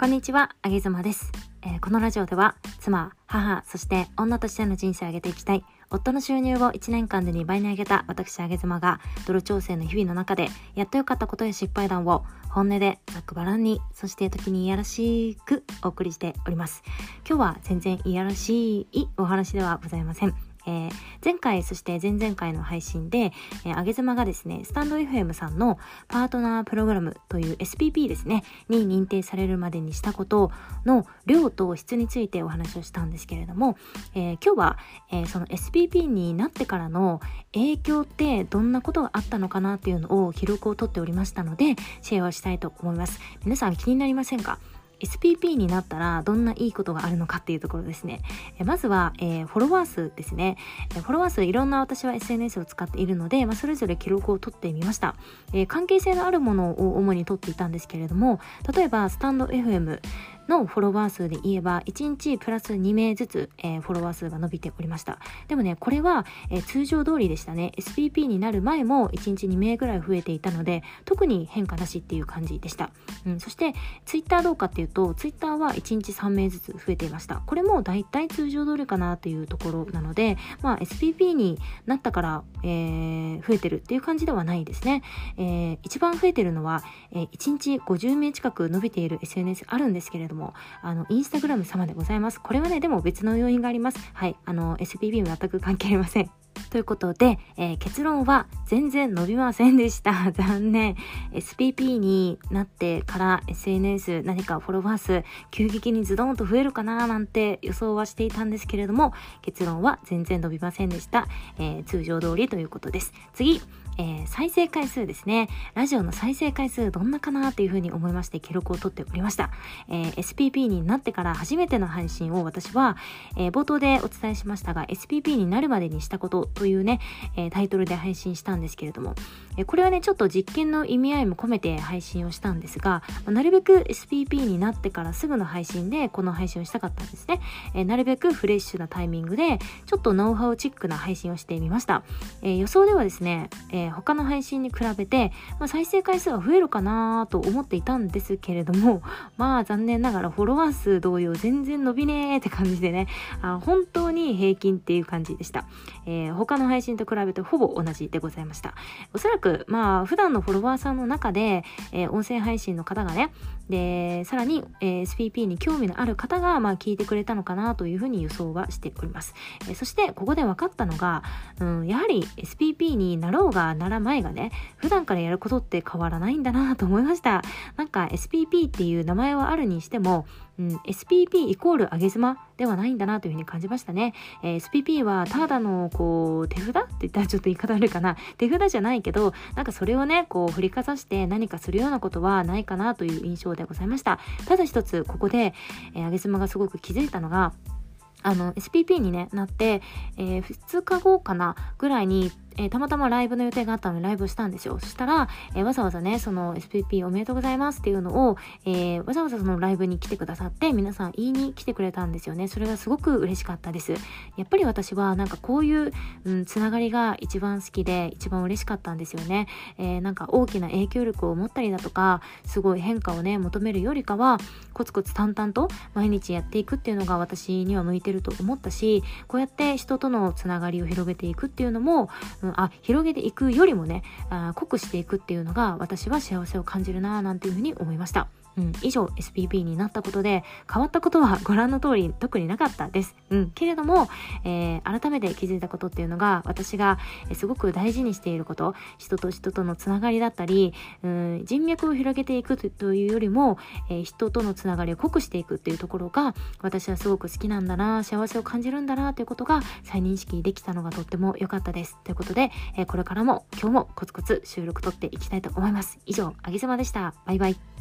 こんにちは、あげずまです。このラジオでは妻、母、そして女としての人生を上げていきたい、夫の収入を1年間で2倍に上げた私、あげずまがドル調整の日々の中でやっと良かったことや失敗談を本音でざっくばらんに、そして時にいやらしくお送りしております。今日は全然いやらしいお話ではございません。前回そして前々回の配信で、あげずまがですね、スタンド FM さんのパートナープログラムという SPP ですねに認定されるまでにしたことの量と質についてお話をしたんですけれども、今日は、その SPP になってからの影響ってどんなことがあったのかなっていうのを記録を取っておりましたので、シェアをしたいと思います。皆さん気になりませんか？SPP になったらどんないいことがあるのかっていうところですね。まずは、フォロワー数ですね。フォロワー数いろんな私は SNS を使っているので、それぞれ記録を取ってみました。関係性のあるものを主に取っていたんですけれども、例えばスタンド FM のフォロワー数で言えば1日プラス2名ずつ、フォロワー数が伸びておりました。でもね、これは、通常通りでしたね。SPP になる前も1日2名ぐらい増えていたので、特に変化なしっていう感じでした。そして Twitter どうかっていうと、Twitter は1日3名ずつ増えていました。これもだいたい通常通りかなっていうところなので、SPP になったから、増えてるっていう感じではないですね。一番増えてるのは、1日50名近く伸びている SNS あるんですけれども、インスタグラム様でございます。これはね、でも別の要因があります。はい、SPP も全く関係ありません。ということで、結論は全然伸びませんでした。残念。SPP になってから SNS 何かフォロワー数急激にズドンと増えるかななんて予想はしていたんですけれども、結論は全然伸びませんでした。通常通りということです。次。再生回数ですね。ラジオの再生回数どんなかなっていうふうに思いまして記録を取っておりました。SPP になってから初めての配信を私は、冒頭でお伝えしましたが SPP になるまでにしたことというね、タイトルで配信したんですけれども、これはねちょっと実験の意味合いも込めて配信をしたんですが、なるべく SPP になってからすぐの配信でこの配信をしたかったんですね。なるべくフレッシュなタイミングでちょっとノウハウチックな配信をしてみました。予想ではですね、他の配信に比べて、再生回数は増えるかなと思っていたんですけれども、残念ながらフォロワー数同様全然伸びねーって感じでね、本当に平均っていう感じでした。他の配信と比べてほぼ同じでございました。おそらく普段のフォロワーさんの中で、音声配信の方がね、でさらに、SPP に興味のある方が聞いてくれたのかなというふうに予想はしております。そしてここで分かったのが、やはり SPP になろうがなら前がね、普段からやることって変わらないんだなと思いました。なんか SPP っていう名前はあるにしても、SPP イコールあげずまではないんだなというふうに感じましたね。SPP はただの手札って言ったらちょっと言い方悪いかな。手札じゃないけど、なんかそれをね、振りかざして何かするようなことはないかなという印象でございました。ただ一つここで、あげずまがすごく気づいたのが、SPP に、ね、なって、2日後かなぐらいにたまたまライブの予定があったのでライブをしたんですよ。そしたら、わざわざね、その SPP おめでとうございますっていうのを、わざわざそのライブに来てくださって皆さん言いに来てくれたんですよね。それがすごく嬉しかったです。やっぱり私はなんかこういう、つながりが一番好きで一番嬉しかったんですよね。なんか大きな影響力を持ったりだとか、すごい変化をね、求めるよりかはコツコツ淡々と毎日やっていくっていうのが私には向いてると思ったし、こうやって人とのつながりを広げていくっていうのも、広げていくよりもね、濃くしていくっていうのが私は幸せを感じるなぁなんていうふうに思いました。以上 SPP になったことで変わったことはご覧の通り特になかったです。けれども、改めて気づいたことっていうのが、私がすごく大事にしていること、人と人とのつながりだったり、人脈を広げていくというよりも、人とのつながりを濃くしていくっていうところが私はすごく好きなんだな、幸せを感じるんだなということが再認識できたのがとっても良かったです。ということで、これからも今日もコツコツ収録撮っていきたいと思います。以上、あげずまでした。バイバイ。